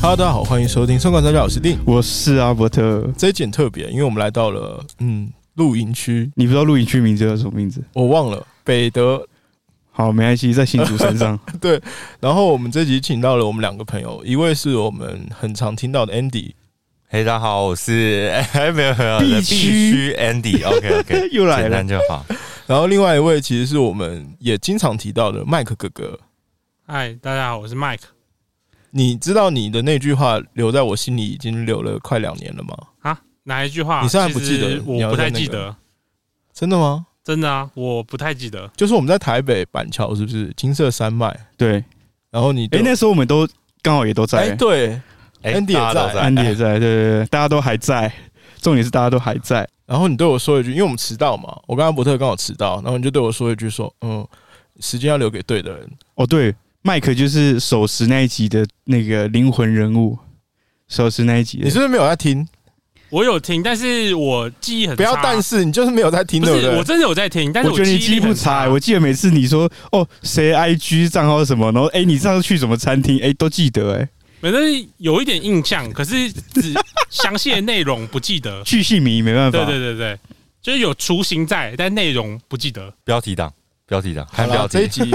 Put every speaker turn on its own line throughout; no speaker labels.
Hello， 大家好，欢迎收听《生管专家》，我是丁，
我是阿伯特。
这一集很特别，因为我们来到了露营区。
你不知道露营区名字叫什么名字？
我忘了，北德。
好，没关系，在新竹身上。
对，然后我们这集请到了我们两个朋友，一位是我们很常听到的 Andy。
大家好，我是没有
必
须 Andy。OK，
又来了，
简单就好。
然后另外一位其实是我们也经常提到的麦克哥哥。
嗨，大家好，我是 Mike。
你知道你的那句话留在我心里已经留了快2年了吗？
啊，哪一句话？
你现在不记得？
我不太记得。
真的吗？
真的啊，我不太记得。
就是我们在台北板桥，是不是金色山脉？
对。
然后你
那时候我们都刚好也都在。
对，Andy 也在
，Andy 也在，对，大家都还在。重点是大家都还在。
然后你对我说一句，因为我们迟到嘛，我跟阿伯特刚好迟到，然后你就对我说一句说，时间要留给对的人。
哦，对。麦克就是守时那一集的那个灵魂人物，守时那一集的。
你是不是没有在听？
我有听，但是我记忆很差。
不要，但是你就是没有在听，对不对？
我真的有在听，但是
我觉得你记忆不差。我记得每次你说谁 IG 账号是什么，然后你上次去什么餐厅，都记得
反正有一点印象，可是只详细的内容不记得。
巨细靡没办法。
对，就是有雏形在，但内容不记得。
标题党，看标题。
这一集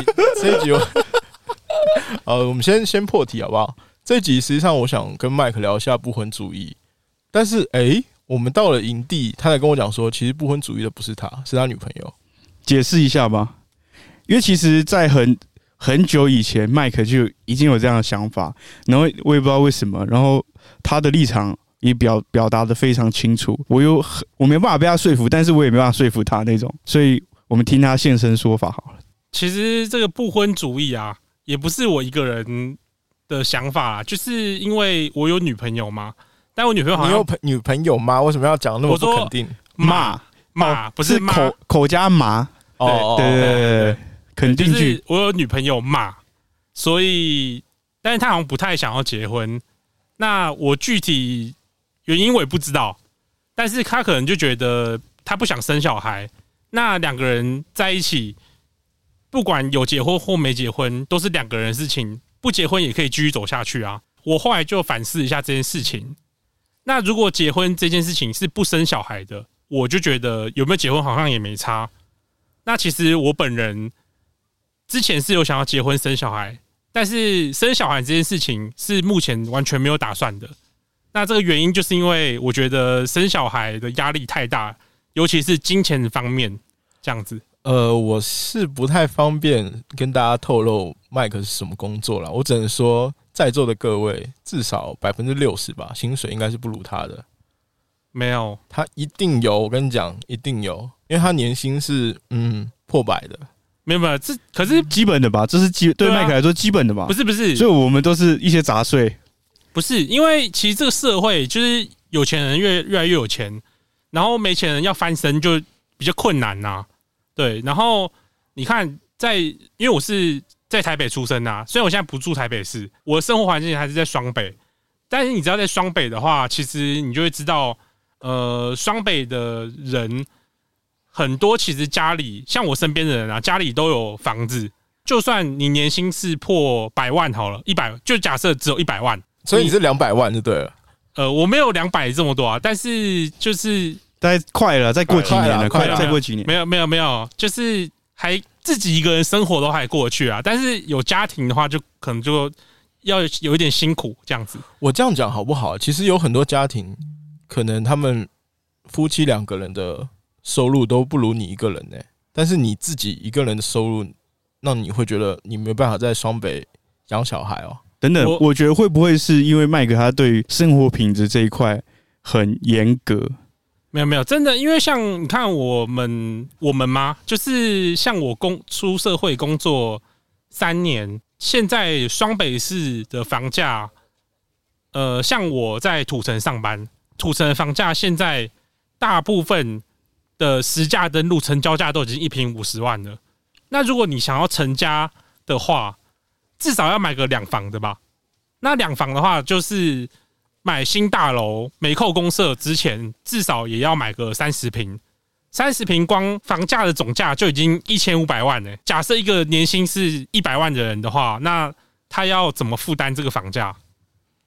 我们先破题好不好？这一集实际上我想跟麦克聊一下不婚主义，但是我们到了营地，他才跟我讲说，其实不婚主义的不是他，是他女朋友。
解释一下吧，因为其实，在很久以前，麦克就已经有这样的想法，然后我也不知道为什么，然后他的立场也表达的非常清楚，我没办法被他说服，但是我也没办法说服他那种，所以我们听他现身说法好了。
其实这个不婚主义啊，也不是我一个人的想法啦，就是因为我有女朋友嘛，但我女朋友好像
你有女朋友吗？为什么要讲那么不肯定？
马不是
口加麻对，肯定句。
就是我有女朋友嘛，所以，但是她好像不太想要结婚。那我具体原因我也不知道，但是她可能就觉得她不想生小孩。那两个人在一起，不管有结婚或没结婚，都是两个人的事情，不结婚也可以继续走下去啊。我后来就反思一下这件事情。那如果结婚这件事情是不生小孩的，我就觉得有没有结婚好像也没差。那其实我本人之前是有想要结婚生小孩，但是生小孩这件事情是目前完全没有打算的。那这个原因就是因为我觉得生小孩的压力太大，尤其是金钱方面这样子。
我是不太方便跟大家透露麦克是什么工作啦，我只能说在座的各位至少60%吧，薪水应该是不如他的。
没有，
他一定有，我跟你讲，一定有，因为他年薪是破百的。
没有，这可是
基本的吧？这是对麦克来说基本的吧？
不是，
所以我们都是一些杂碎。
不是，因为其实这个社会就是有钱人越来越有钱，然后没钱人要翻身就比较困难呐。对，然后你看，因为我是在台北出生啊，虽然我现在不住台北市，我的生活环境还是在双北，但是你知道在双北的话，其实你就会知道，双北的人很多，其实家里像我身边的人啊，家里都有房子，就算你年薪是破100万好了，100就假设只有100万，
所以你是200万就对了。
我没有200这么多啊，但是就是
大概快了，再过几年了，再过几年。
没有，就是还自己一个人生活都还过得去啊。但是有家庭的话，就可能就要有一点辛苦这样子。
我这样讲好不好？其实有很多家庭，可能他们夫妻2个人的收入都不如你一个人呢，但是你自己一个人的收入，让你会觉得你没办法在双北养小孩哦。
等等，我觉得会不会是因为麦克他对于生活品质这一块很严格？
没有，真的，因为像你看我们嘛，就是像我出社会工作3年，现在双北市的房价，像我在土城上班，土城的房价现在大部分的实价登录成交价都已经1坪50万了。那如果你想要成家的话，至少要买个2房的吧？那2房的话，就是买新大楼没扣公设之前，至少也要买个30坪。30坪光房价的总价就已经1500万了。假设一个年薪是100万的人的话，那他要怎么负担这个房价？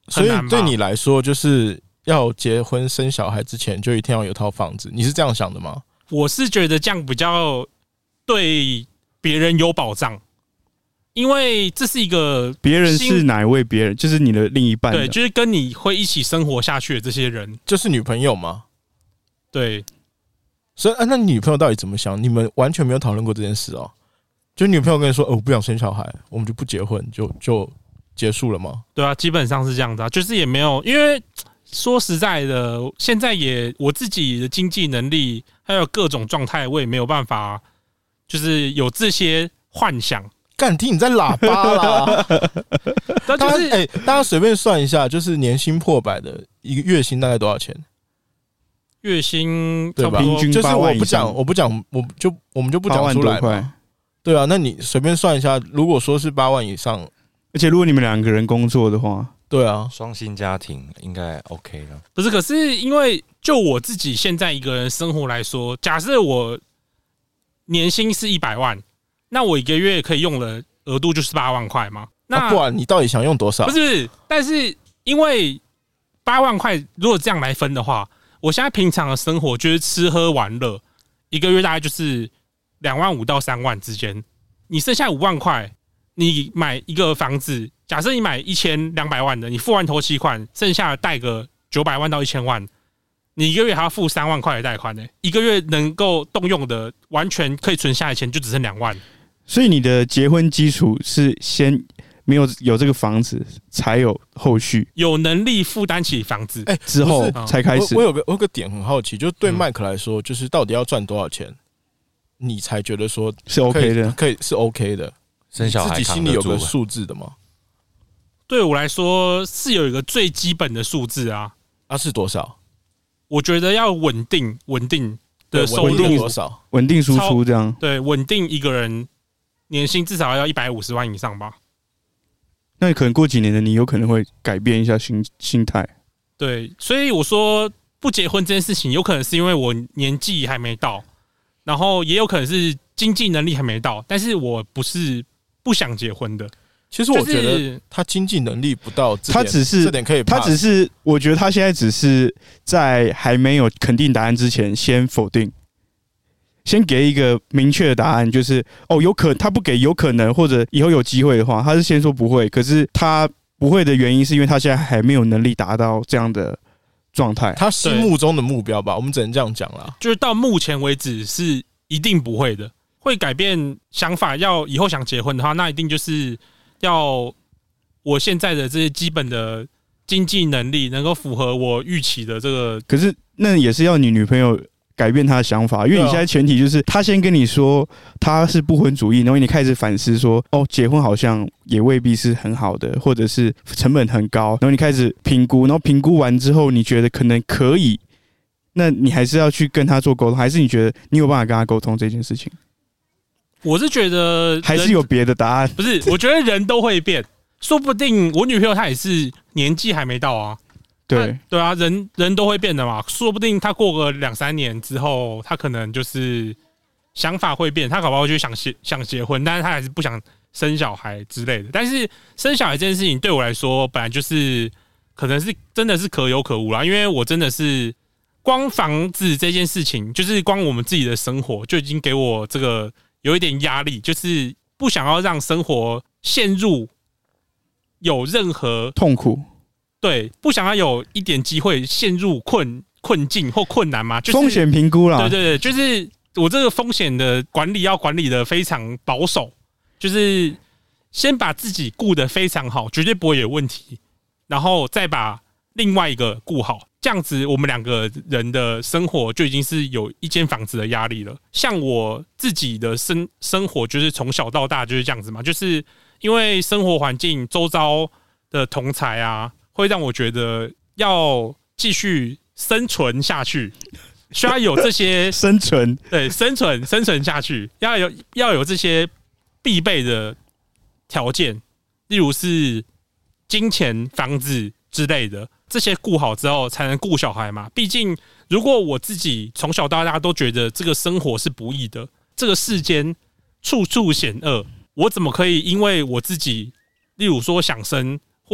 所以对你来说，就是要结婚生小孩之前就一定要有套房子，你是这样想的吗？
我是觉得这样比较对别人有保障，因为这是一个
别人是哪一位别人？就是你的另一半，
对，就是跟你会一起生活下去的这些人，
就是女朋友吗？
对。
所以那你女朋友到底怎么想？你们完全没有讨论过这件事哦？就女朋友跟你说，我不想生小孩，我们就不结婚，就结束了吗？
对啊，基本上是这样子啊，就是也没有，因为说实在的，现在也我自己的经济能力还有各种状态，我也没有办法，就是有这些幻想。
干，听你在喇叭啦！
就是
大家随便算一下，就是年薪破百的一个月薪大概多少钱？
月薪
对吧？
平均
就是
8万以上
我们就不讲出来嘛。对啊，那你随便算一下，如果说是8万以上，
而且如果你们2个人工作的话，
对啊，
双薪家庭应该 OK 了。
不是，可是因为就我自己现在一个人生活来说，假设我年薪是100万，那我一个月可以用的额度就是8万块嘛？那
不然你到底想用多少？
不是，但是因为8万块，如果这样来分的话，我现在平常的生活就是吃喝玩乐，一个月大概就是2万5到3万之间。你剩下5万块，你买一个房子，假设你买1200万的，你付完头期款，剩下贷个900万到1000万，你一个月还要付3万块的贷款呢、一个月能够动用的完全可以存下的钱就只剩2万。
所以你的结婚基础是先没有这个房子，才有后续，
有能力负担起房子，
之后才开始。
我有个点很好奇，就是对麦克来说，就是到底要赚多少钱，你才觉得说
是 OK 的，
可以是 OK 的？
生小孩
自己心里有个数字的吗？
对我来说是有一个最基本的数字啊。
是多少？
我觉得要稳定的收入
多少？
稳定输出这样。
对，稳定一个人年薪至少要150万以上吧。
那可能过几年的你有可能会改变一下心态。
对，所以我说不结婚这件事情，有可能是因为我年纪还没到，然后也有可能是经济能力还没到，但是我不是不想结婚的。
其实我觉得他经济能力不到，
他只是
这点可以，
他只是我觉得他现在只是在还没有肯定答案之前先否定。先给一个明确的答案，就是他不给有可能，或者以后有机会的话，他是先说不会。可是他不会的原因是因为他现在还没有能力达到这样的状态，
他心目中的目标吧，我们只能这样讲啦。
就是到目前为止是一定不会的，会改变想法。要以后想结婚的话，那一定就是要我现在的这些基本的经济能力能够符合我预期的这个。
可是那也是要你女朋友改变他的想法，因为你现在前提就是他先跟你说他是不婚主义，然后你开始反思说，结婚好像也未必是很好的，或者是成本很高，然后你开始评估，然后评估完之后你觉得可能可以，那你还是要去跟他做沟通，还是你觉得你有办法跟他沟通这件事情？
我是觉得
还是有别的答案，
不是？我觉得人都会变，说不定我女朋友她也是年纪还没到啊。
对
对啊，人都会变的嘛，说不定他过个2-3年之后，他可能就是想法会变，他搞不好就想结婚，但是他还是不想生小孩之类的。但是生小孩这件事情对我来说，本来就是可能是真的是可有可无啦，因为我真的是光房子这件事情，就是光我们自己的生活就已经给我这个有一点压力，就是不想要让生活陷入有任何
痛苦。
对，不想要有一点机会陷入困境或困难嘛，就是
风险评估啦。
对对对，就是我这个风险的管理要管理的非常保守，就是先把自己顾得非常好，绝对不会有问题，然后再把另外一个顾好，这样子我们2个人的生活就已经是有一间房子的压力了。像我自己的生活就是从小到大就是这样子嘛，就是因为生活环境周遭的同侪啊，会让我觉得要继续生存下去，需要有这些
生存
下去，要有这些必备的条件，例如是金钱、房子之类的，这些顾好之后才能顾小孩嘛。毕竟，如果我自己从小到大都觉得这个生活是不易的，这个世间处处险恶，我怎么可以因为我自己，例如说想生或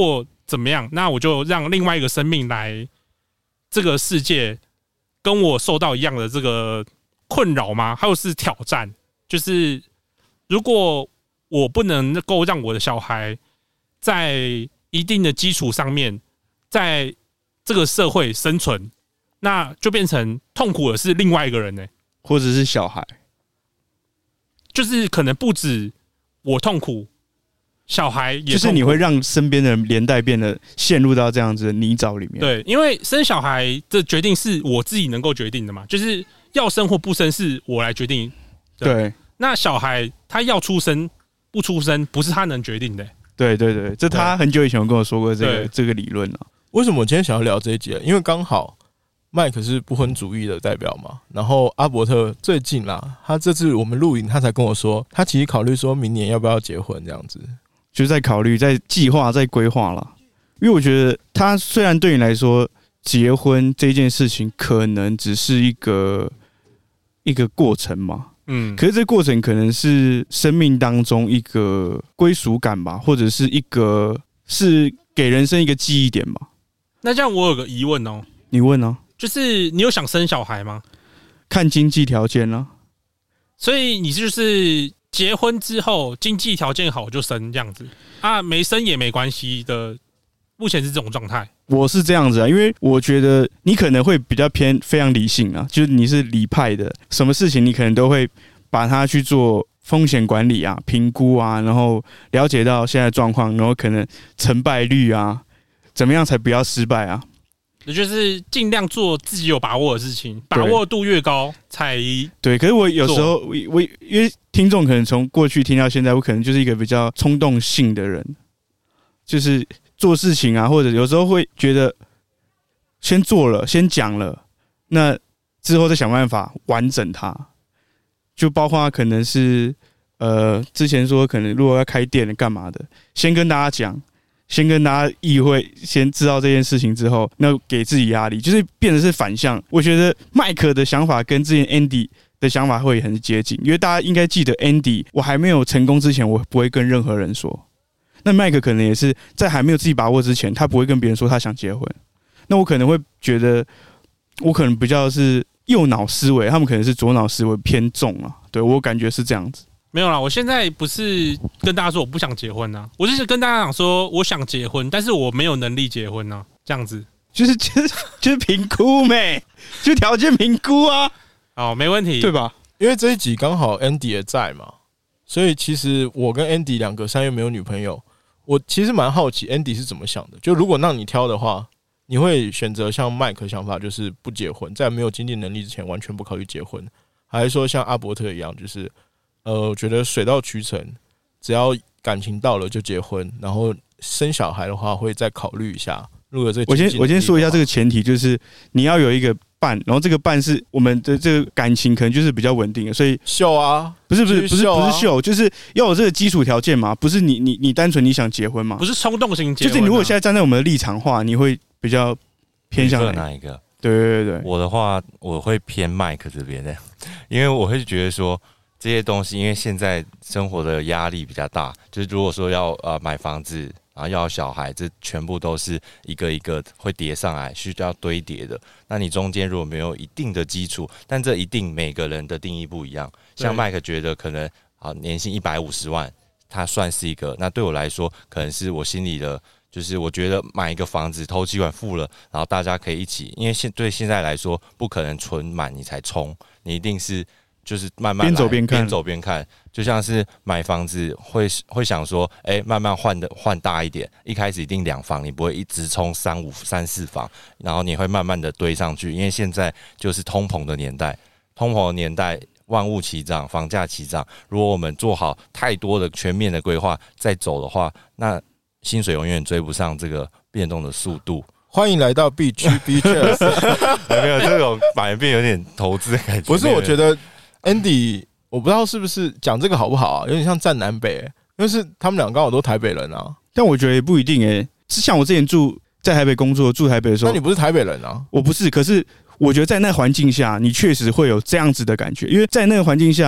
怎么样？那我就让另外一个生命来这个世界，跟我受到一样的这个困扰吗？还有是挑战，就是如果我不能够让我的小孩在一定的基础上面，在这个社会生存，那就变成痛苦的是另外一个人呢、
或者是小孩，
就是可能不止我痛苦，小孩也痛苦，
就是你会让身边的人连带变得陷入到这样子的泥沼里面。
对，因为生小孩的决定是我自己能够决定的嘛，就是要生或不生是我来决定。
对，
那小孩他要出生不出生，不是他能决定的、
对对对，这他很久以前有跟我说过这个理论了。
为什么我今天想要聊这一节？因为刚好麦克是不婚主义的代表嘛，然后阿伯特最近啦，他这次我们录影，他才跟我说，他其实考虑说明年要不要结婚这样子，
就是在考虑、在计划、在规划啦。因为我觉得他虽然对你来说，结婚这件事情可能只是一个过程嘛，可是这过程可能是生命当中一个归属感吧，或者是是给人生一个记忆点吧。
那这样我有个疑问哦，
你问啊，
就是你有想生小孩吗？
看经济条件啦。
所以你就是结婚之后经济条件好就生这样子啊，没生也没关系的，目前是这种状态。
我是这样子啊，因为我觉得你可能会比较偏非常理性啊，就是你是理派的，什么事情你可能都会把它去做风险管理啊、评估啊，然后了解到现在的状况，然后可能成败率啊，怎么样才不要失败啊？
也就是尽量做自己有把握的事情，把握度越高才
对。可是我有时候我因为听众可能从过去听到现在，我可能就是一个比较冲动性的人，就是做事情啊，或者有时候会觉得先做了、先讲了，那之后再想办法完整它。就包括可能是之前说可能如果要开店了干嘛的，先跟大家讲。先跟大家议会，先知道这件事情之后，那给自己压力，就是变成是反向。我觉得麦克的想法跟之前 Andy 的想法会很接近，因为大家应该记得 Andy， 我还没有成功之前，我不会跟任何人说。那麦克可能也是在还没有自己把握之前，他不会跟别人说他想结婚。那我可能会觉得，我可能比较是右脑思维，他们可能是左脑思维偏重啊。对，我感觉是这样子。
没有啦，我现在不是跟大家说我不想结婚啊，我就是跟大家讲说我想结婚，但是我没有能力结婚啊，这样子。
就是评估没，就条件评估啊。
好，没问题，
对吧？
因为这一集刚好 Andy 也在嘛，所以其实我跟 Andy 两个3月没有女朋友，我其实蛮好奇 Andy 是怎么想的。就如果让你挑的话，你会选择像麦克想法，就是不结婚，在没有经济能力之前完全不考虑结婚，还是说像阿伯特一样，就是我觉得水到渠成，只要感情到了就结婚，然后生小孩的话会再考虑一下。如果这个
我先说一下这个前提，就是你要有一个伴，然后这个伴是我们的这个感情可能就是比较稳定的，所以
秀啊，
不是秀，就是要有这个基础条件嘛，不是你单纯你想结婚嘛，
不是冲动型结婚、啊。
就是你如果现在站在我们的立场的话，你会比较偏向
哪一个？
对，
我的话我会偏麦克这边的，因为我会觉得说这些东西，因为现在生活的压力比较大，就是如果说要买房子，然后要小孩，这全部都是一个一个会叠上来，需要堆叠的。那你中间如果没有一定的基础，但这一定每个人的定义不一样。像麦克觉得可能年薪150万，他算是一个。那对我来说，可能是我心里的，就是我觉得买一个房子，头期款付了，然后大家可以一起，因为对现在来说，不可能存满你才冲，你一定是。就是慢慢来边走边看，就像是买房子会想说，慢慢换大一点。一开始一定2房，你不会一直冲3、4房，然后你会慢慢的堆上去。因为现在就是通膨的年代，万物齐涨，房价齐涨。如果我们做好太多的全面的规划再走的话，那薪水永远追不上这个变动的速度。
欢迎来到 B 区 B Chess，
没有这种买变有点投资的感觉。
不是，我觉得。Andy， 我不知道是不是讲这个好不好啊？有点像站南北，因为是他们俩刚好都台北人啊。
但我觉得也不一定是像我之前在台北工作，住台北的时候，
那你不是台北人啊？
我不是，可是我觉得在那环境下，你确实会有这样子的感觉，因为在那个环境下，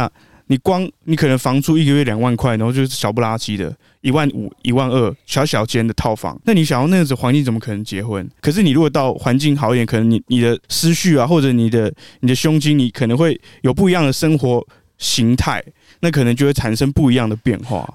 你可能房租一个月2万块，然后就是小不拉几的15000、12000小小间的套房，那你想要那样子环境怎么可能结婚？可是你如果到环境好一点，可能你的思绪啊，或者你的胸襟，你可能会有不一样的生活形态，那可能就会产生不一样的变化。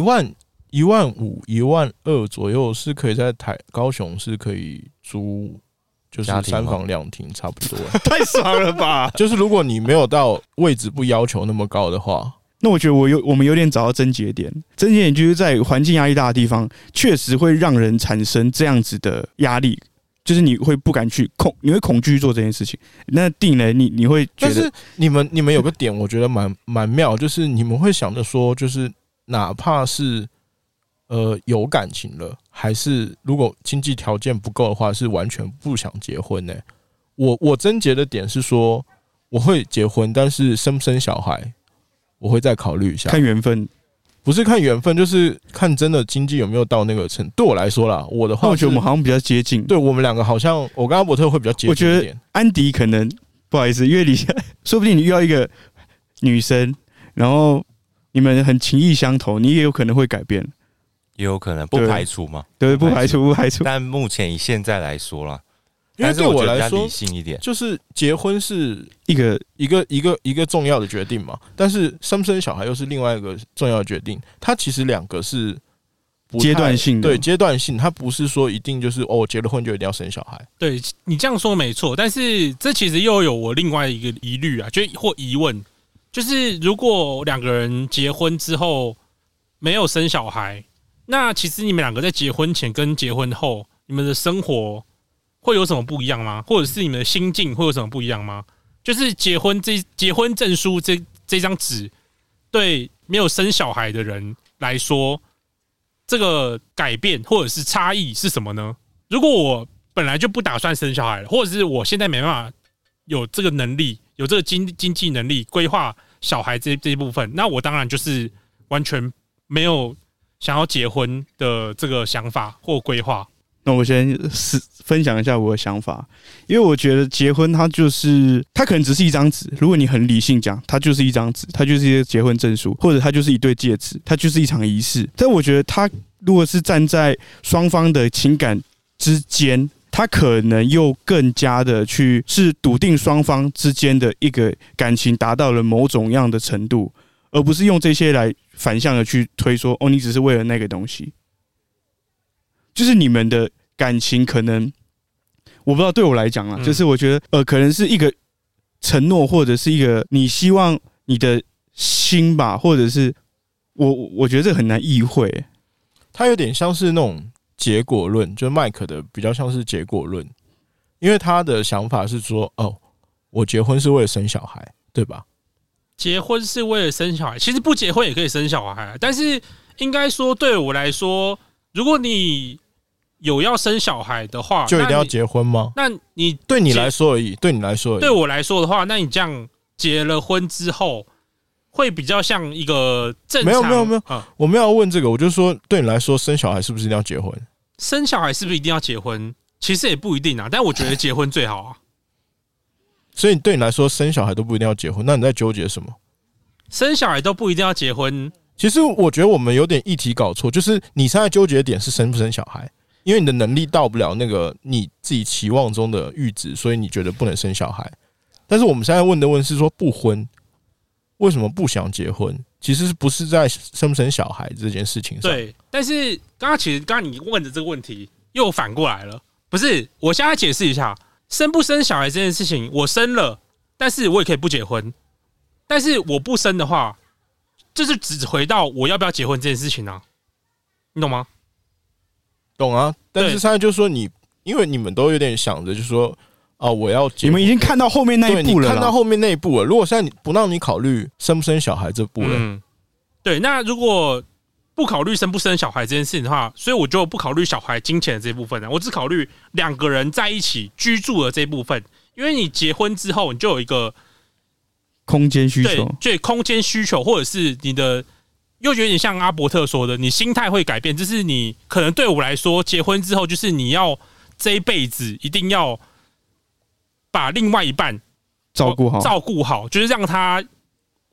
15000、12000左右是可以在高雄是可以租。就是3房2厅差不多，
太爽了吧！
就是如果你没有到位置不要求那么高的话，
那我觉得我们有点找到症结点。症结点就是在环境压力大的地方，确实会让人产生这样子的压力，就是你会不敢去你会恐惧做这件事情。那定了你会觉得，
但是你们有个点，我觉得蛮妙，就是你们会想着说，就是哪怕是有感情了，还是如果经济条件不够的话，是完全不想结婚呢？我症结的点是说，我会结婚，但是生不生小孩，我会再考虑一下，
看缘分。
不是看缘分，就是看真的经济有没有到那个程度。对我来说啦，我的话，
我觉得我们好像比较接近。
对我们两个好像，我跟阿伯特会比较接近一点。
我觉得安迪可能不好意思，因为说不定你遇到一个女生，然后你们很情意相投，你也有可能会改变。
也有可能，不排除嘛？
对，不排除。
但目前以现在来说啦，
因为对我来说，
理性一点，
就是结婚是
一
个重要的决定嘛，但是生不生小孩又是另外一个重要的决定。它其实两个是
阶段性的，
对阶段性，它不是说一定就是结了婚就一定要生小孩。
对你这样说没错，但是这其实又有我另外一个疑虑啊，或疑问，就是如果2个人结婚之后没有生小孩。那其实你们2个在结婚前跟结婚后，你们的生活会有什么不一样吗？或者是你们的心境会有什么不一样吗？就是结婚证书这张纸，对没有生小孩的人来说，这个改变或者是差异是什么呢？如果我本来就不打算生小孩了，或者是我现在没办法有这个能力，有这个经济能力规划小孩这一部分，那我当然就是完全没有想要结婚的这个想法或规划。
那我先分享一下我的想法，因为我觉得结婚它可能只是一张纸，如果你很理性讲，它就是一张纸，它就是一个结婚证书，或者它就是一对戒指，它就是一场仪式。但我觉得它如果是站在双方的情感之间，它可能又更加的是笃定双方之间的一个感情达到了某种样的程度，而不是用这些来反向的去推说你只是为了那个东西。就是你们的感情可能我不知道，对我来讲啊，就是我觉得可能是一个承诺，或者是一个你希望你的心吧，或者是我觉得这很难意会。
它有点像是那种结果论，就是麦克的比较像是结果论，因为他的想法是说，我结婚是为了生小孩，对吧？
结婚是为了生小孩，其实不结婚也可以生小孩，但是应该说对我来说，如果你有要生小孩的话，
就一定要结婚吗？
那你
对你来说而已，对
我来说的话，那你这样结了婚之后，会比较像一个正常。
没有，我没有要问这个，我就说对你来说，生小孩是不是一定要结婚？
生小孩是不是一定要结婚？其实也不一定啊，但我觉得结婚最好啊。
所以对你来说，生小孩都不一定要结婚，那你在纠结什么？
生小孩都不一定要结婚。
其实我觉得我们有点议题搞错，就是你现在纠结的点是生不生小孩，因为你的能力到不了那个你自己期望中的阈值，所以你觉得不能生小孩。但是我们现在问的是说不婚，为什么不想结婚？其实不是在生不生小孩这件事情上。
对，但是刚刚你问的这个问题又反过来了，不是？我现在解释一下，生不生小孩这件事情，我生了，但是我也可以不结婚。但是我不生的话，就是只回到我要不要结婚这件事情啊，你懂吗？
懂啊，但是现在就是说因为你们都有点想着，就是说我要结婚，
你们已经看到后面那一步了，
你看到后面那一步了。如果现在你不让你考虑生不生小孩这步了，
对，那如果不考虑生不生小孩这件事情的话，所以我就不考虑小孩金钱的这部分了，我只考虑2个人在一起居住的这部分。因为你结婚之后，你就有一个
空间需求，
对空间需求，或者是你的，又有点像阿伯特说的，你心态会改变。就是你可能对我来说，结婚之后就是你要这一辈子一定要把另外一半照顾好，就是让他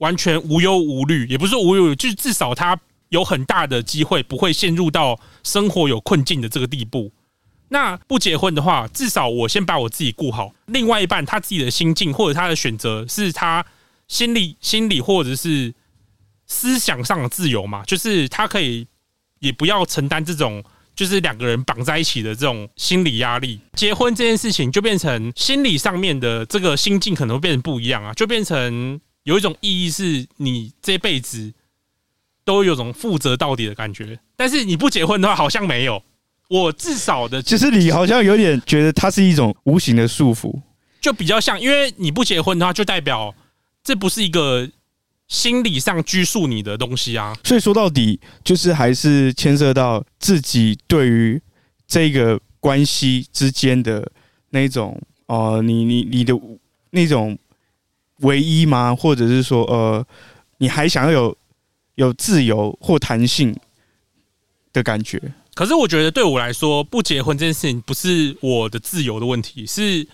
完全无忧无虑，也不是无忧无虑，就是至少他有很大的机会不会陷入到生活有困境的这个地步。那不结婚的话，至少我先把我自己顾好，另外一半他自己的心境或者他的选择是他心理或者是思想上的自由嘛，就是他可以也不要承担这种就是两个人绑在一起的这种心理压力。结婚这件事情就变成心理上面的这个心境可能会变成不一样啊，就变成有一种意义是你这辈子都有种负责到底的感觉，但是你不结婚的话好像没有。我至少的
就是你好像有点觉得它是一种无形的束缚，
就比较像，因为你不结婚的话，就代表这不是一个心理上拘束你的东西啊。
所以说到底就是还是牵涉到自己对于这个关系之间的那种你的那种唯一吗？或者是说你还想要有自由或弹性的感觉？
可是我觉得对我来说，不结婚这件事情不是我的自由的问题，是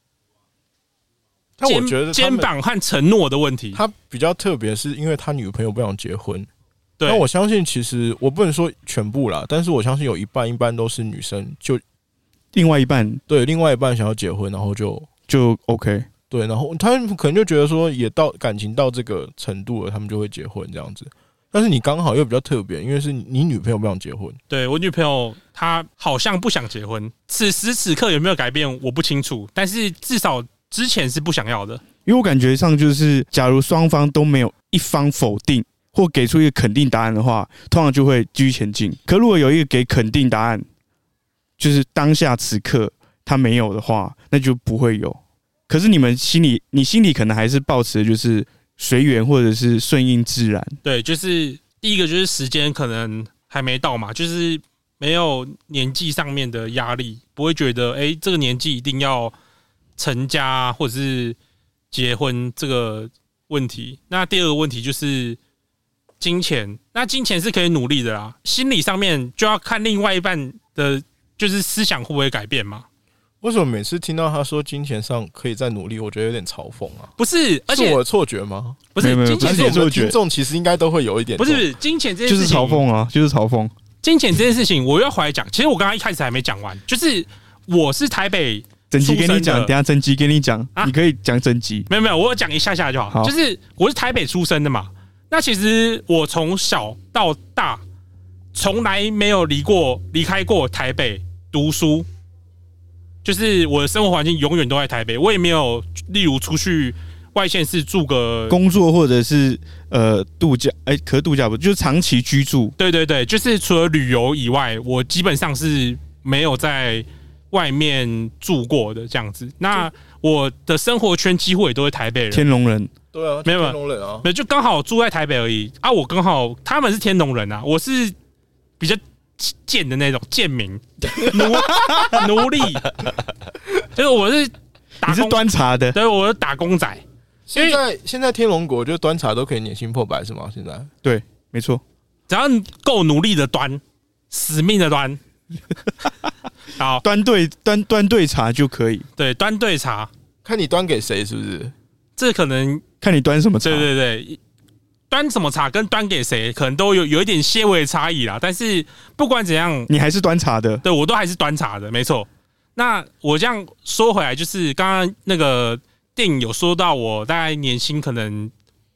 但我觉得
肩膀和承诺的问题。
他比较特别，是因为他女朋友不想结婚。
对，
那我相信，其实我不能说全部啦，但是我相信有一半都是女生，就
另外一半
想要结婚，然后就
OK。
对，然后他们可能就觉得说，也到感情到这个程度了，他们就会结婚这样子。但是你刚好又比较特别，因为是你女朋友不想结婚。
对，我女朋友她好像不想结婚，此时此刻有没有改变我不清楚，但是至少之前是不想要的。
因为我感觉上就是，假如双方都没有一方否定或给出一个肯定答案的话，通常就会继续前进。可如果有一个给肯定答案，就是当下此刻他没有的话，那就不会有。可是你心里可能还是抱持的就是随缘或者是顺应自然。
对，就是第一个就是时间可能还没到嘛，就是没有年纪上面的压力，不会觉得这个年纪一定要成家或者是结婚这个问题。那第二个问题就是金钱，那金钱是可以努力的啦，心理上面就要看另外一半的，就是思想会不会改变嘛。
为什么每次听到他说金钱上可以再努力，我觉得有点嘲讽啊？
不是，而且
是我的错觉吗？
不是，金钱
是我们的听众其实应该都会有一点。
不是金钱这件事情，
就是嘲讽啊，就是嘲讽。
金钱这件事情，我又要回来讲。其实我刚刚一开始还没讲完，就是我是台北
整集给你讲，等一下整集给你讲，你可以讲整集。
没有，我讲一下就好。就是我是台北出生的嘛，那其实我从小到大从来没有离开过台北读书。就是我的生活环境永远都在台北，我也没有例如出去外县市住个
工作或者是度假，可是度假不就是长期居住？
对对对，就是除了旅游以外，我基本上是没有在外面住过的这样子。那我的生活圈几乎也都是台北人，
天龙人。
对啊，
没有
天龙人啊，
没有就刚好住在台北而已啊。我刚好他们是天龙人啊，我是比较贱的那种贱民奴隶，就是我是
你是端茶的，
对，我是打工仔。
现在天龙国就端茶都可以年薪破百是吗？现在
对，没错，
只要够努力的端，死命的端，好，
端对茶就可以。
对，端对茶，
看你端给谁是不是？
这可能
看你端什么茶。
对对对。端什么茶跟端给谁，可能都有一点些微的差异啦。但是不管怎样，
你还是端茶的，
对我都还是端茶的，没错。那我这样说回来，就是刚刚那个电影有说到，我大概年薪可能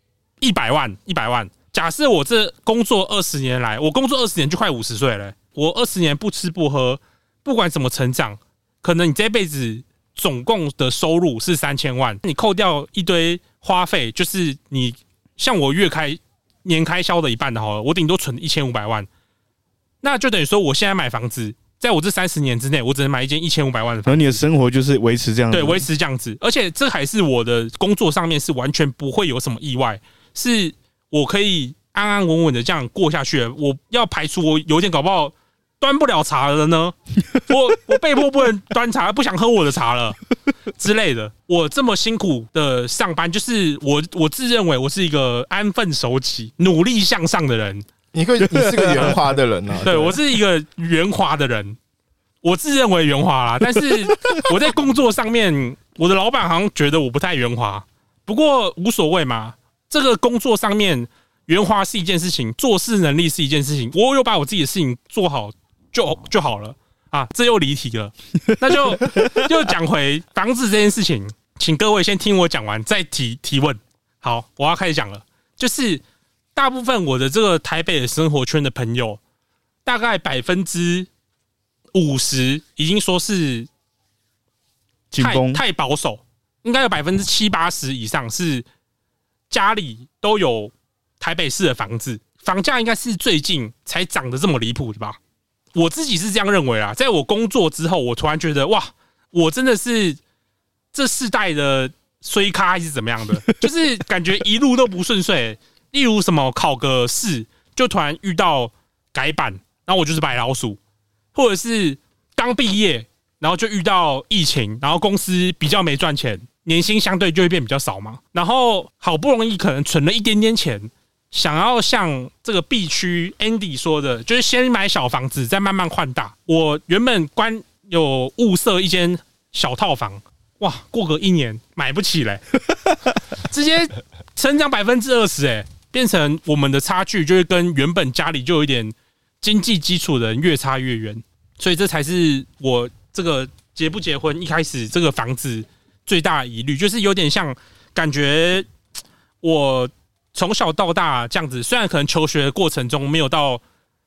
100万。假设我这工作20年来，我工作20年就快50岁了，我20年不吃不喝，不管怎么成长，可能你这辈子总共的收入是3000万，你扣掉一堆花费，就是你。像我年开销的一半的好了，我顶多存1500万，那就等于说我现在买房子，在我这30年之内，我只能买一间1500万的房子。
然后你的生活就是维持这样子，
对，维持这样子，而且这还是我的工作上面是完全不会有什么意外，是我可以安安稳稳的这样过下去。我要排除我有点搞不好端不了茶了呢，我被迫不能端茶，不想喝我的茶了之类的。我这么辛苦的上班，就是我自认为我是一个安分守己、努力向上的人。
你是个圆滑的人啊，
对，我是一个圆滑的人，我自认为圆滑啦。但是我在工作上面，我的老板好像觉得我不太圆滑，不过无所谓嘛。 这个工作上面圆滑是一件事情，做事能力是一件事情，我有把我自己的事情做好就好了啊。这又离题了，那就讲回房子这件事情，请各位先听我讲完再提问。好，我要开始讲了，就是大部分我的这个台北的生活圈的朋友，大概50%已经说是太保守，应该有70%-80%以上是家里都有台北市的房子，房价应该是最近才涨得这么离谱的吧？我自己是这样认为啦。在我工作之后，我突然觉得哇，我真的是这世代的衰咖还是怎么样的，就是感觉一路都不顺遂。例如什么考个试，就突然遇到改版，然后我就是白老鼠，或者是刚毕业，然后就遇到疫情，然后公司比较没赚钱，年薪相对就会变比较少嘛。然后好不容易可能存了一点点钱，想要像这个 B 区 Andy 说的，就是先买小房子，再慢慢换大。我原本有物色一间小套房，哇，过个1年买不起嘞，直接成长20%，变成我们的差距就会跟原本家里就有一点经济基础的人越差越远。所以这才是我这个结不结婚一开始这个房子最大的疑虑，就是有点像感觉我从小到大这样子，虽然可能求学的过程中没有到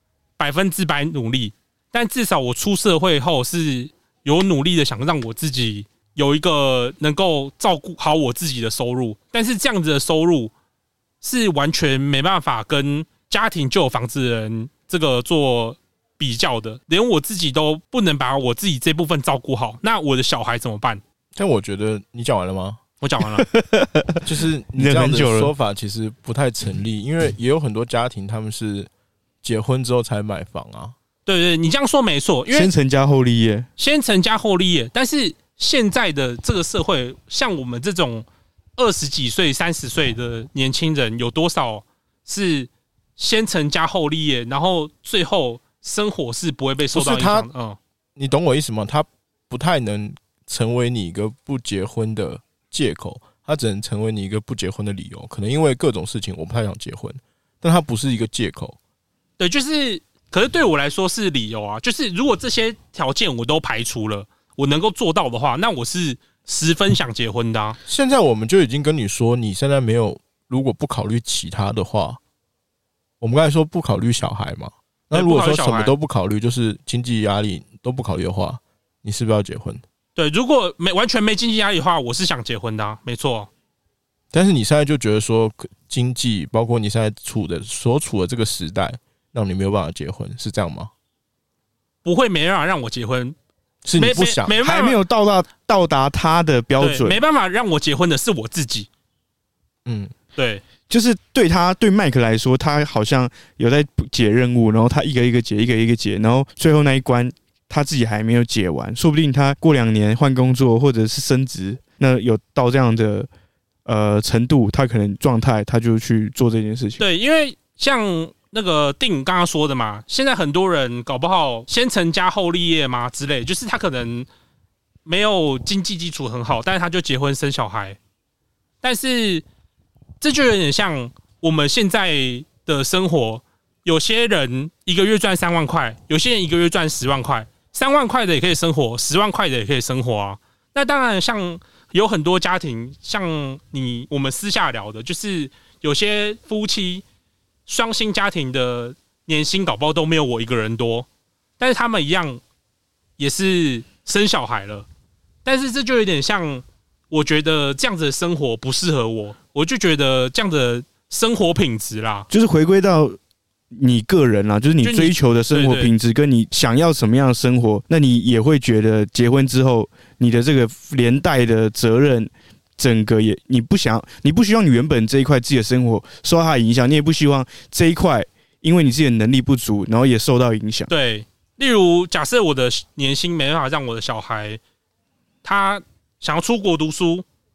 100%努力，但至少我出社会后是有努力的想让我自己有一个能够照顾好我自己的收入，但是这样子的收入是完全没办法跟家庭就有房子的人这个做比较的，连我自己都不能把我自己这部分照顾好，那我的小孩怎么办？
但我觉得你讲完了吗？
我讲完了，
就是你这样的说法其实不太成立，因为也有很多家庭他们是结婚之后才买房啊。
对，你这样说没错，因为
先成家后立业，
但是现在的这个社会，像我们这种20几岁、30岁的年轻人，有多少是先成家后立业，然后最后生活是不会被受到影响的？
你懂我意思吗？他不太能成为你一个不结婚的借口，他只能成为你一个不结婚的理由。可能因为各种事情，我不太想结婚，但它不是一个借口。
对，就是，可是对我来说是理由啊。就是如果这些条件我都排除了，我能够做到的话，那我是十分想结婚的啊。
现在我们就已经跟你说，你现在没有，如果不考虑其他的话，我们刚才说不考虑小孩嘛。那如果说什么都不考虑，就是经济压力都不考虑的话，你是不是要结婚？
对，如果完全没经济压力的话，我是想结婚的啊，没错。
但是你现在就觉得说，经济包括你现在所处的这个时代，让你没有办法结婚，是这样吗？
不会没办法让我结婚，
是你不想，
还没有到达他的标准，
没办法让我结婚的是我自己。对，
就是对麦克来说，他好像有在解任务，然后他一个一个解，一个一个解，然后最后那一关他自己还没有解完，说不定他过2年换工作或者是升职，那有到这样的程度，他可能状态他就去做这件事情。
对，因为像那个定刚刚说的嘛，现在很多人搞不好先成家后立业嘛之类，就是他可能没有经济基础很好，但是他就结婚生小孩，但是这就有点像我们现在的生活，有些人一个月赚3万块，有些人一个月赚10万块，3万块的也可以生活，10万块的也可以生活啊。那当然，像有很多家庭，像我们私下聊的，就是有些夫妻双薪家庭的年薪搞不好都没有我一个人多，但是他们一样也是生小孩了。但是这就有点像，我觉得这样子的生活不适合我，我就觉得这样的生活品质啦，
就是回归到你个人啦，就是你追求的生活品质，跟你想要什么样的生活，那你也会觉得结婚之后，你的这个连带的责任，整个也你不希望你原本这一块自己的生活受到它的影响，你也不希望这一块因为你自己的能力不足，然后也受到影响。
对，例如假设我的年薪没办法让我的小孩他想要出国读书，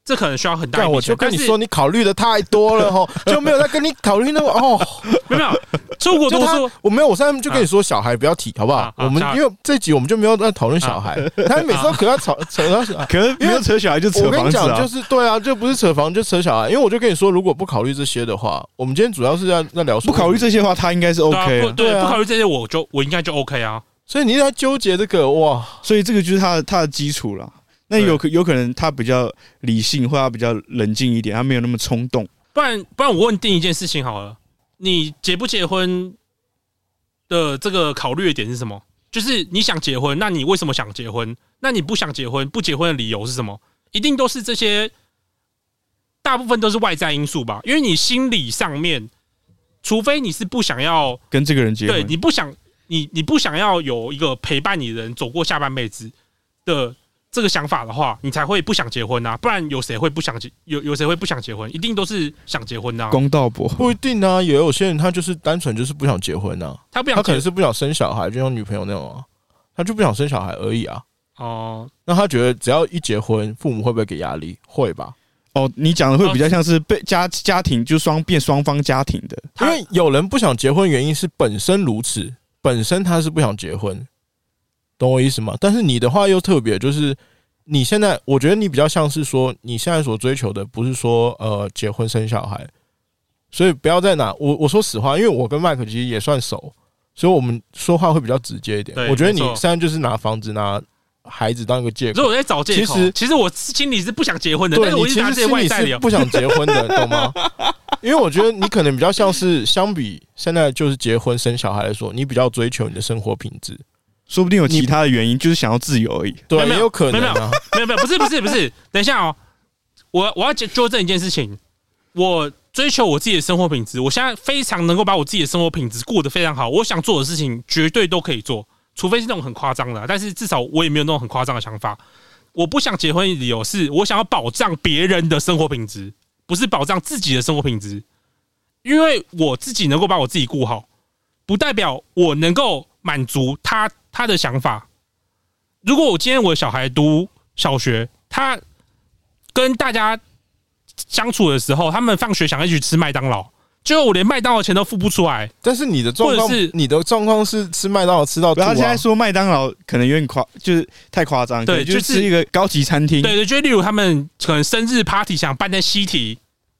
这可能需要很大一笔钱。
我就跟你说，你考虑的太多了哈，就没有在跟你考虑那个哦。
没有，出国读书，
我现在就跟你说，小孩不要提，好不好？我们因为这集我们就没有在讨论小孩，他每次都可要扯到小孩，
可是没有扯小孩就扯房子啊。
我跟你讲，就是对啊，就不是扯房就扯小孩。因为我就跟你说，如果不考虑这些的话，我们今天主要是在聊说，
不考虑这些的话，他应该是 OK。
对，不考虑这些，我应该就 OK 啊。
所以你在纠结这个哇，
所以这个就是他的基础了。那有可能他比较理性，或者他比较冷静一点，他没有那么冲动。
不然我问定一件事情好了，你结不结婚的这个考虑的点是什么？就是你想结婚，那你为什么想结婚？那你不想结婚，不结婚的理由是什么？一定都是这些，大部分都是外在因素吧？因为你心理上面，除非你是不想要
跟这个人结婚，
对，你不想要有一个陪伴你的人走过下半辈子的这个想法的话，你才会不想结婚啊！不然有谁会不想有谁会不想结婚？一定都是想结婚的啊。
公道伯
不一定啊，也有些人他就是单纯就是不想结婚啊，他可能是不想生小孩，就像女朋友那种啊，他就不想生小孩而已啊。
哦，
那他觉得只要一结婚，父母会不会给压力？会吧？
哦，你讲的会比较像是被家庭就变双方家庭的，
因为有人不想结婚，原因是本身如此，本身他是不想结婚。懂我意思吗？但是你的话又特别，就是你现在，我觉得你比较像是说，你现在所追求的不是说结婚生小孩，所以不要再拿我说实话，因为我跟麦克其实也算熟，所以我们说话会比较直接一点。我觉得你现在就是拿房子拿孩子当一个借口，
所以我在找借口。其实我心里是不想结婚的，但是我一直拿这些外在理由
不想结婚的，懂吗？因为我觉得你可能比较像是相比现在就是结婚生小孩来说，你比较追求你的生活品质。
说不定有其他的原因，就是想要自由而已。
对，也有可能啊。
没有，不是。等一下哦，我要纠正一件事情。我追求我自己的生活品质，我现在非常能够把我自己的生活品质过得非常好。我想做的事情绝对都可以做，除非是那种很夸张的，但是至少我也没有那种很夸张的想法。我不想结婚的理由是我想要保障别人的生活品质，不是保障自己的生活品质。因为我自己能够把我自己顾好，不代表我能够满足他的想法。如果我今天我的小孩读小学，他跟大家相处的时候，他们放学想要一起吃麦当劳，结果我连麦当劳钱都付不出来。
但是你的状况是吃麦当劳吃到吐啊。
他现在说麦当劳可能有点就是太夸张，
对，
就是吃一个高级餐厅。
对，就例如他们可能生日 party 想办在西提，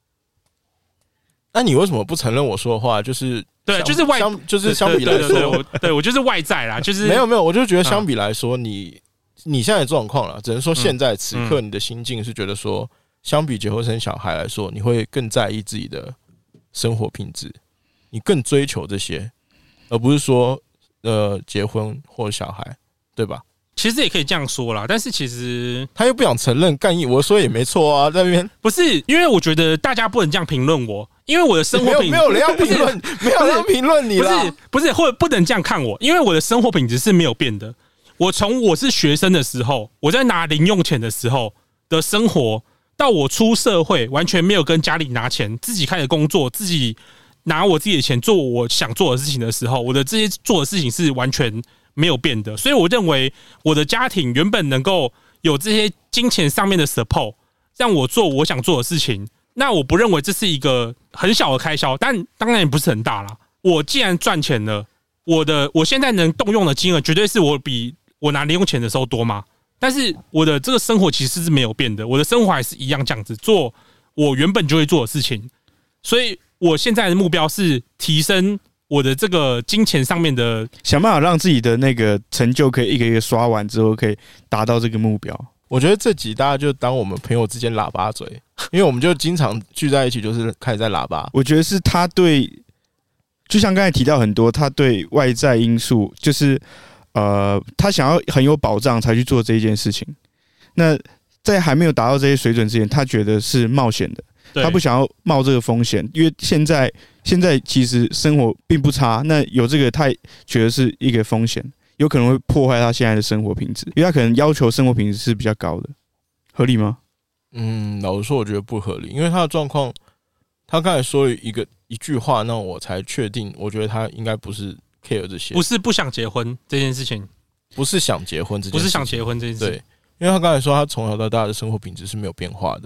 那你为什么不承认我说的话？就是
对，就是
相比来说，
对我就是外在啦，就是
没有，我就觉得相比来说，你现在的状况啦，只能说现在此刻你的心境是觉得说，相比结婚生小孩来说，你会更在意自己的生活品质，你更追求这些，而不是说结婚或小孩，对吧？
其实也可以这样说啦，但是其实
他又不想承认，干我说也没错啊，在那边
不是因为我觉得大家不能这样评论我，因为我的生活品质
没有人要评论，没有人要评论你啦，
不是或者不能这样看我，因为我的生活品质是没有变的。我从我是学生的时候，我在拿零用钱的时候的生活，到我出社会完全没有跟家里拿钱，自己开始工作，自己拿我自己的钱做我想做的事情的时候，我的这些做的事情是完全没有变的。所以我认为我的家庭原本能够有这些金钱上面的 support， 让我做我想做的事情，那我不认为这是一个很小的开销，但当然也不是很大啦。我既然赚钱了，我现在能动用的金额绝对是我比我拿零用钱的时候多嘛。但是我的这个生活其实是没有变的，我的生活还是一样这样子做我原本就会做的事情。所以我现在的目标是提升我的这个金钱上面的，
想办法让自己的那个成就可以一个一个刷完之后，可以达到这个目标。
我觉得这集大家就当我们朋友之间喇叭嘴，因为我们就经常聚在一起，就是开始在喇叭。
我觉得是他对，就像刚才提到很多，他对外在因素，就是他想要很有保障才去做这一件事情。那在还没有达到这些水准之前，他觉得是冒险的。他不想要冒这个风险，因为现在其实生活并不差，那有这个他觉得是一个风险，有可能会破坏他现在的生活品质，因为他可能要求生活品质是比较高的，合理吗？
老实说，我觉得不合理，因为他的状况，他刚才说了一句话，那我才确定，我觉得他应该不是 care 这些，
不是不想结婚这件事情，
不是想结婚这件事情，
不是想结婚这件事情，
对，因为他刚才说他从小到大的生活品质是没有变化的。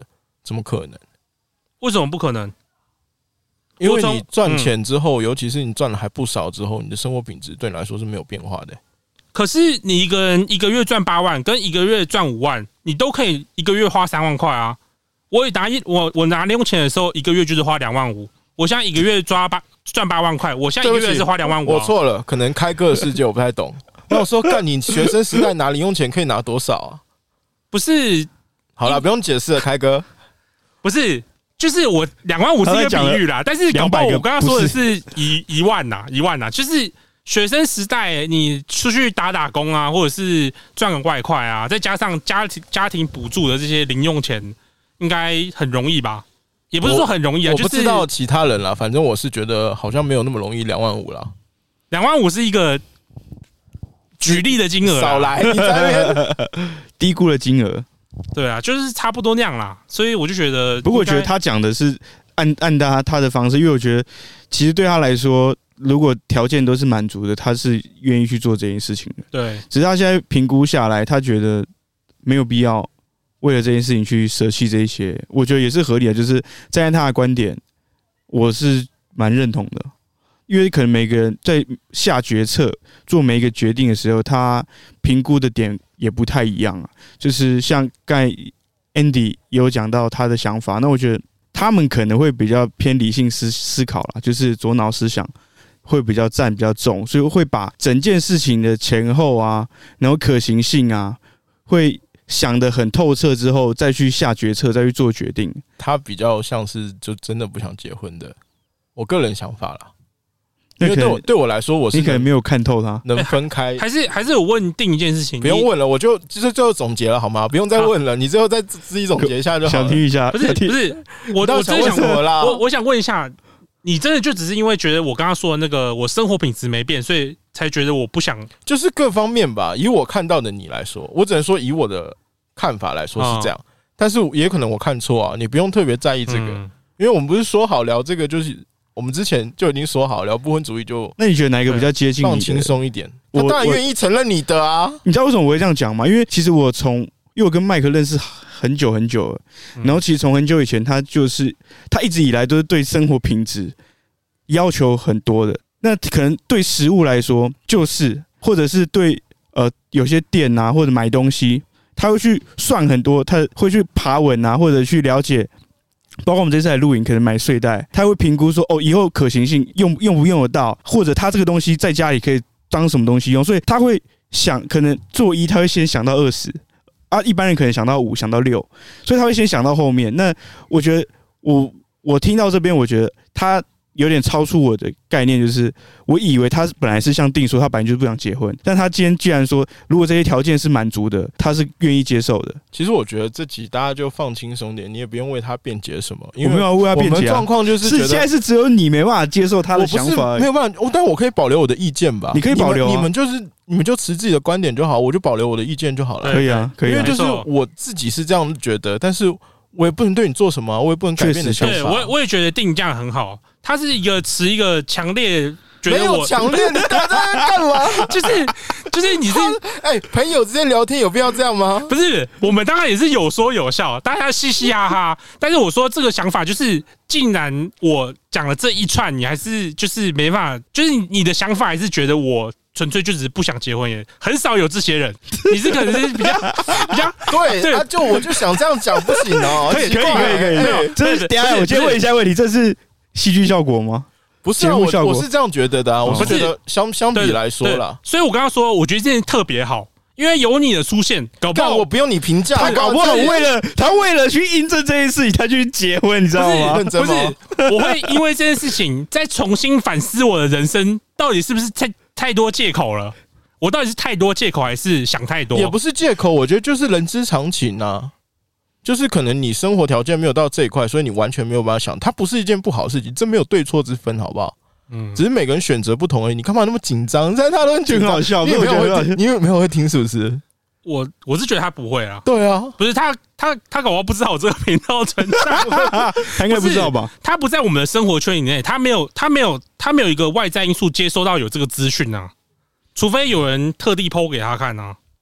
怎么可能？
为什么不可能？
因为你赚钱之后，尤其是你赚了还不少之后，你的生活品质对你来说是没有变化的。
可是你一个人一个月赚8万，跟一个月赚5万，你都可以一个月花3万块啊。我拿零用钱的时候，一个月就是花2万5。我现在一个月赚8万块，我现在一个月是花2万5。
我错了，可能开哥的世界我不太懂。那我说，干你学生时代拿零用钱可以拿多少啊？
不是，
好了，不用解释了，开哥。
不是，就是我2万5是一个比喻啦，但是搞不好我刚刚说的是1万呐，1万呐，就是学生时代你出去打工啊，或者是赚个外快啊，再加上家庭补助的这些零用钱，应该很容易吧？也不是说很容易啊，
我不知道其他人啦，反正我是觉得好像没有那么容易2万5啦。
2万5是一个举例的金额，
少来，你在那边
低估了金额。
对啊，就是差不多那样啦，所以我就觉得，
不过我觉得他讲的是按他的方式，因为我觉得其实对他来说，如果条件都是满足的，他是愿意去做这件事情的。
对，
只是他现在评估下来，他觉得没有必要为了这件事情去舍弃这一些，我觉得也是合理的。就是站在他的观点，我是蛮认同的，因为可能每个人在下决策、做每一个决定的时候，他评估的点也不太一样啊。就是像刚才 Andy 有讲到他的想法，那我觉得他们可能会比较偏理性思考啦，就是左脑思想会比较占比较重，所以会把整件事情的前后啊，然后可行性啊，会想得很透彻之后，再去下决策，再去做决定。
他比较像是就真的不想结婚的，我个人想法啦。因为对我来说，我是
你可能没有看透他，
能分开，
还是我问定一件事情，
不用问了，我就最后总结了好吗？不用再问了，你最后再自己总结一下就好了。
想听一下，
不是，我
想问什么啦？
我想问一下，你真的就只是因为觉得我刚刚说的那个我生活品质没变，所以才觉得我不想，
就是各方面吧。以我看到的你来说，我只能说以我的看法来说是这样，但是也可能我看错啊，你不用特别在意这个，因为我们不是说好聊这个，就是我们之前就已经说好聊不婚主义就。
那你觉得哪一个比较接近你的？
放轻松一点，我当然愿意承认你的啊。
你知道为什么我会这样讲吗？因为其实因为我跟麦克认识很久很久了，然后其实从很久以前，他一直以来都是对生活品质要求很多的。那可能对食物来说，或者是对有些店啊或者买东西，他会去算很多，他会去爬文啊，或者去了解。包括我们这次来录影，可能买睡袋，他会评估说，以后可行性用不用得到，或者他这个东西在家里可以当什么东西用，所以他会想，可能做1，他会先想到20啊，一般人可能想到5，想到6，所以他会先想到后面。那我觉得我听到这边，我觉得他有点超出我的概念，就是我以为他本来是像定说，他本来就是不想结婚，但他今天既然说，如果这些条件是满足的，他是愿意接受的。
其实我觉得这集大家就放轻松点，你也不用为他辩解什么，因为
我没有为他辩解、
我们状况就是觉得
现在是只有你没办法接受他的想法而已，
没有办法，但我可以保留我的意见吧？
你可以保留、啊，
你们就持自己的观点就好，我就保留我的意见就好了。
可以啊，可以、啊，
因为就是我自己是这样觉得，但是我也不能对你做什么、啊，我也不能改变你的想法。
对，我也觉得定这样很好。他是持一个强烈觉得
没有强烈，你打在那干嘛？
就是你是
朋友之间聊天有必要这样吗？
不是，我们当然也是有说有笑，大家嘻嘻哈哈。但是我说这个想法就是，既然我讲了这一串，你还是就是没办法，就是你的想法还是觉得我纯粹就只是不想结婚耶，很少有这些人。你是可能是比较
对啊，我就想这样讲不行哦，
可以，没有，这是等一下我先问一下问题，这是戏剧效果吗？
不是、啊，我是这样觉得的啊，我是觉得相比来说啦，
所以我刚刚说，我觉得这件事特别好。因为有你的出现，搞不好
我不用你评价，
他搞不好他为了去印证这件事情，他去结婚，你知道吗？
不是，
我会因为这件事情再重新反思我的人生，到底是不是太多借口了？我到底是太多借口，还是想太多？
也不是借口，我觉得就是人之常情啊。就是可能你生活条件没有到这一块，所以你完全没有办法想，它不是一件不好的事情，这没有对错之分，好不好？只是每个人选择不同而已。你干嘛那么紧张？在他都很紧张，
很好笑。你有
没有会听是不是？
我是觉得他不会啊。
对啊，
不是他搞不好不知道我这个频道存在，
他应该不知道吧？
他不在我们的生活圈以内，他没有一个外在因素接收到有这个资讯啊，除非有人特地 po 给他看啊。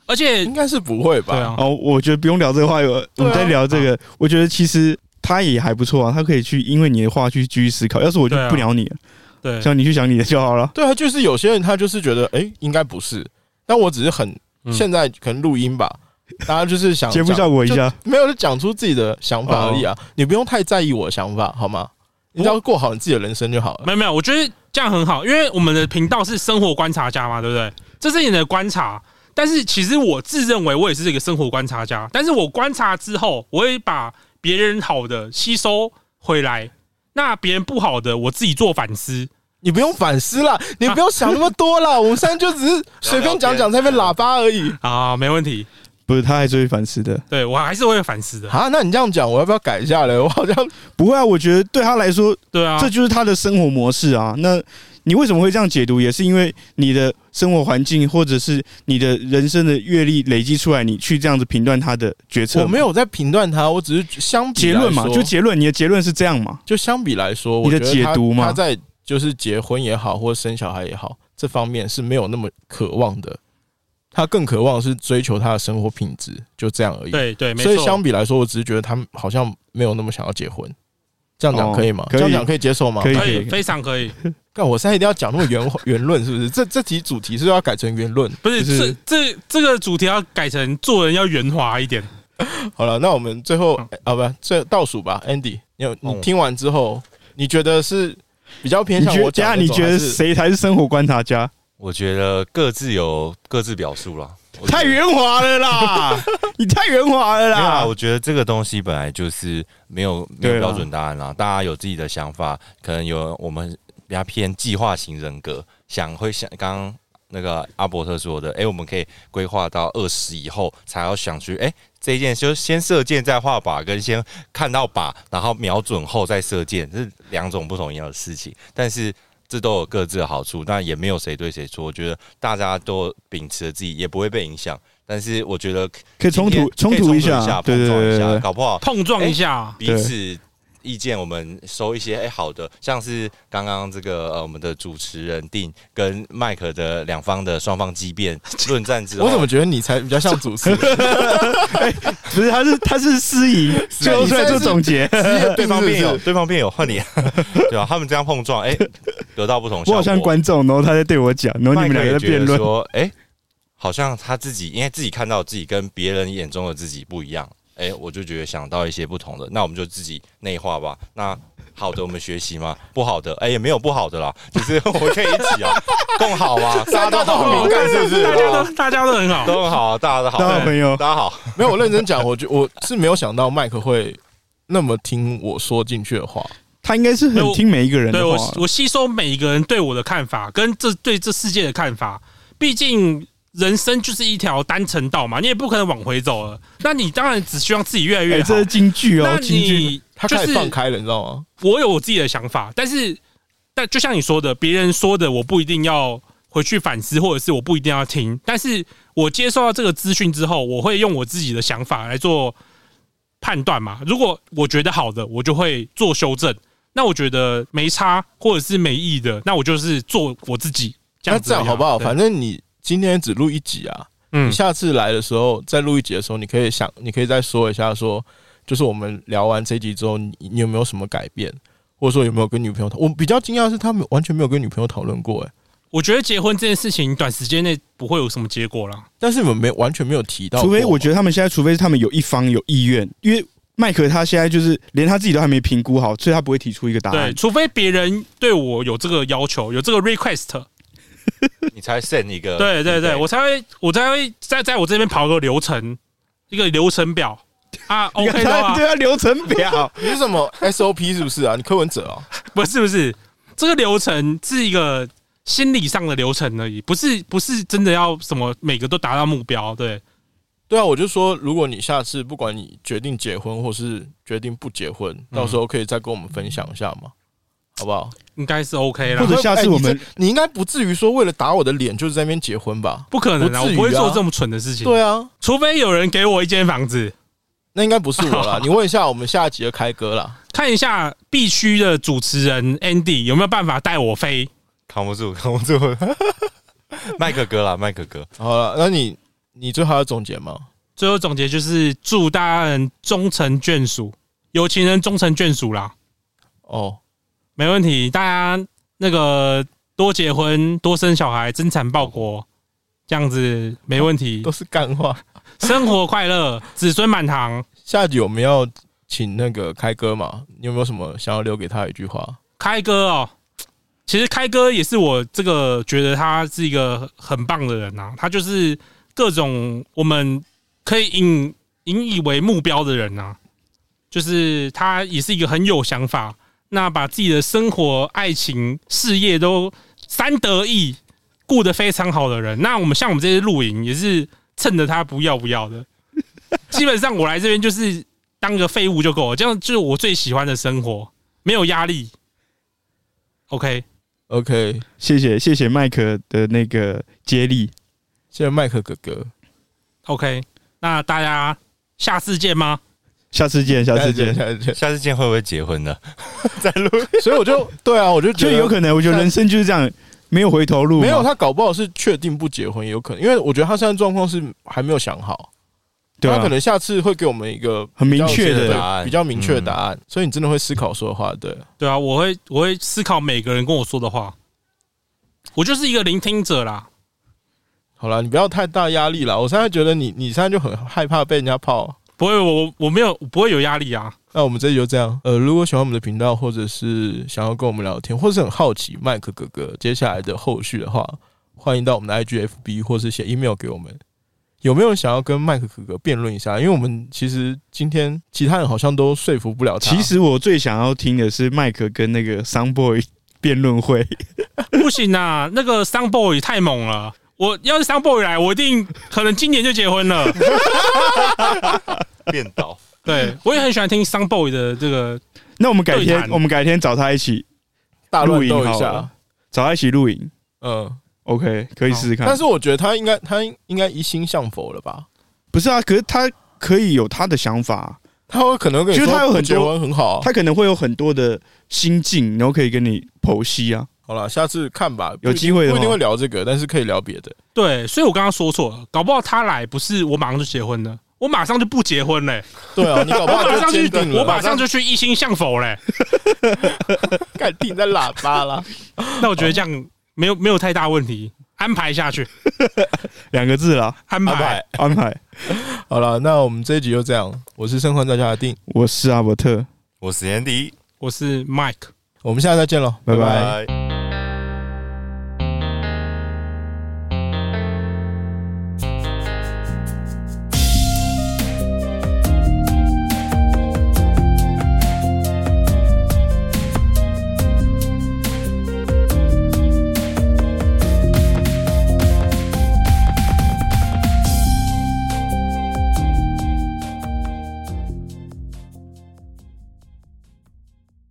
而且
应该是不会吧？
对啊，
哦，我觉得不用聊这个话，我们再聊这个。我觉得其实他也还不错啊，他可以去因为你的话去继续思考。要是我就不鸟你了，
对，
像你去想你的就好了。
对啊，就是有些人他就是觉得，应该不是，但我只是现在可能录音吧，大家就是想
节目效果一下，
没有就讲出自己的想法而已啊，你不用太在意我的想法，好吗？你只要过好你自己的人生就好了。
没有，我觉得这样很好，因为我们的频道是生活观察家嘛，对不对？这是你的观察。但是其实我自认为我也是一个生活观察家，但是我观察之后，我会把别人好的吸收回来，那别人不好的我自己做反思。
你不用反思啦，你不用想那么多啦，我们现在就只是随便讲讲，在那边喇叭而已
啊，没问题。
不是，他还是会反思的。
对我还是会反思的
啊。那你这样讲，我要不要改一下嘞？我好像
不会啊，我觉得对他来说，
对啊，
这就是他的生活模式啊。那你为什么会这样解读？也是因为你的生活环境，或者是你的人生的阅历累积出来，你去这样子评断他的决策。
我没有在评断他，我只是相比
结论嘛，就结论，你的结论是这样嘛？
就相比来说，
你的解读嘛，
他在就是结婚也好，或者生小孩也好，这方面是没有那么渴望的。他更渴望的是追求他的生活品质，就这样而已。
对，没错。
所以相比来说，我只是觉得他们好像没有那么想要结婚。这样讲可以吗？
可以，
这样讲可以接受吗？
可以，
非常可以。
干，我现在一定要讲那么圆论，是不是？这题主题是要改成圆论，
不是？这个主题要改成做人要圆滑一点。
好了，那我们最后不，最倒数吧 ，Andy， 你听完之后，你觉得是比较偏向我讲的？
你觉得谁才是生活观察家？
我觉得各自有各自表述啦。
太圆滑了啦！你太圆滑了啦！
没有啦，我觉得这个东西本来就是没有标准答案啦，大家有自己的想法，可能有我们比较偏计划型人格，会想刚刚那个阿伯特说的，我们可以规划到20以后才要想去，这一件就是先射箭再画靶，跟先看到靶然后瞄准后再射箭，这是2种不同样的事情，但是这都有各自的好处，但也没有谁对谁错。我觉得大家都秉持着自己，也不会被影响。但是我觉得
可以冲突一下，
碰撞一下，搞不好
碰撞一下，
彼此意见我们收一些好的，像是刚刚这个我们的主持人定跟麦克的双方激辩论战之后，
我怎么觉得你才比较像主持人？
不是，他是司仪，最后出来做总结。
对方辩友换你，对吧？他们这样碰撞，得到不同效果。
我好像观众，然后他在对我讲，然后你们两个在辩论，
说，好像他自己因为自己看到自己跟别人眼中的自己不一样。我就觉得想到一些不同的，那我们就自己内化吧。那好的我们学习嘛，不好的也没有不好的啦，就是我们可以一起共好嘛，大家都好敏感是不是？
大家都很好，
都很好，大家都好，
大家朋友，
大家好。
没有，我认真讲，我是没有想到麦克会那么听我说进去的话。
他应该是很听每一个人的话，
我吸收每一个人对我的看法，跟对这世界的看法，毕竟。人生就是一条单程道嘛，你也不可能往回走了。那你当然只希望自己越来越好。
这是金句哦，
那你
他开始放开了，你知道吗？
我有我自己的想法，但就像你说的，别人说的我不一定要回去反思，或者是我不一定要听。但是我接受到这个资讯之后，我会用我自己的想法来做判断嘛。如果我觉得好的，我就会做修正；那我觉得没差或者是没意义的，那我就是做我自己。
那这样好不好？反正你今天只录1集啊，你下次来的时候再录1集的时候，你可以再说一下说，就是我们聊完这一集之后，你有没有什么改变，或者说有没有跟女朋友讨论？我比较惊讶的是，他们完全没有跟女朋友讨论过。
我觉得结婚这件事情，短时间内不会有什么结果啦。
但是你们完全没有提到，
除非我觉得他们现在，除非是他们有一方有意愿，因为麦克他现在就是连他自己都还没评估好，所以他不会提出一个答案。
对，除非别人对我有这个要求，有这个 request。
你才 send 一个，
对，我才会在我这边跑个流程，一个流程表啊 ，OK 的话，
对啊，流程表，
你是什么 SOP 是不是啊？你柯文哲啊？
不是，这个流程是一个心理上的流程而已，不是真的要什么每个都达到目标，对
啊，我就说，如果你下次不管你决定结婚或是决定不结婚，到时候可以再跟我们分享一下嘛。好不好？
应该是 OK 啦。
或者下次我们，
你应该不至于说为了打我的脸，就是在那边结婚吧？
不可能啊，我不会做这么蠢的事情。
对啊，
除非有人给我一间房子，
那应该不是我啦。你问一下我们下一集的开哥啦，
看一下必须的主持人 Andy 有没有办法带我飞？
扛不住，麦克哥啦，麦克哥。
好了，那你你最后要总结吗？
最后总结就是祝大家人终成眷属，有情人终成眷属啦。
哦，
没问题，大家那个多结婚、多生小孩、增产报国，这样子没问题。
都是干话。
生活快乐，子孙满堂。
下集我们要请那个开哥嘛？你有没有什么想要留给他一句话？
开哥哦，其实开哥也是我这个觉得他是一个很棒的人啊，他就是各种我们可以引以为目标的人啊，就是他也是一个很有想法，那把自己的生活、爱情、事业都三得意，顾得非常好的人。那我们像我们这些露营也是趁着他不要的，基本上我来这边就是当个废物就够了，这样就是我最喜欢的生活，没有压力。OK，
谢谢麦克的那个接力，
谢谢麦克哥哥。
OK， 那大家下次见吗？
下次见。
下次见会不会结婚呢？再录，
所以我就对啊，我就觉得
就有可能，我觉得人生就是这样，没有回头路。
没有，他搞不好是确定不结婚，也有可能，因为我觉得他现在状况是还没有想好。
对啊，
他可能下次会给我们一个
很明确的
答案，比较明确的答案，所以你真的会思考说的话，对
啊，我会思考每个人跟我说的话，我就是一个聆听者啦。
好啦，你不要太大压力啦。我现在觉得你现在就很害怕被人家泡。
不会，我没有不会有压力啊。
那我们这集就这样。如果喜欢我们的频道，或者是想要跟我们聊天，或者是很好奇麦克哥哥接下来的后续的话，欢迎到我们的 IGFB 或是写 email 给我们。有没有人想要跟麦克哥哥辩论一下？因为我们其实今天其他人好像都说服不了他。
其实我最想要听的是麦克跟那个 Soundboy 辩论会。
不行啊，那个 Soundboy 太猛了。我要是 Soundboy 来，我一定可能今年就结婚了。
变倒。
对，我也很喜欢听 Soundboy 的这个。
那我们改天找他一起
大
露营
一下，
找他一起露营。OK， 可以试试看。
但是我觉得他应该一心向佛了吧？
不是啊，可是他可以有他的想法，
他会可能跟你说，
就是他有很
结婚很好，
他可能会有很多的心境，然后可以跟你剖析啊。
好了，下次看吧，
有机会的话
不一定会聊这个，但是可以聊别的。
对，所以我刚刚说错了，搞不好他来不是我马上就结婚了，我马上就不结婚嘞。
对啊，你搞不好就坚定了，
我马上就去一心向佛嘞。
敢听在喇叭啦。
那我觉得这样没有太大问题。安排下去
，2个字啦，
安排。
好了，那我们这一集就这样。我是生还在家的定，
我是阿伯特，
我是 Andy，
我是 Mike，
我们下次再见喽，拜拜。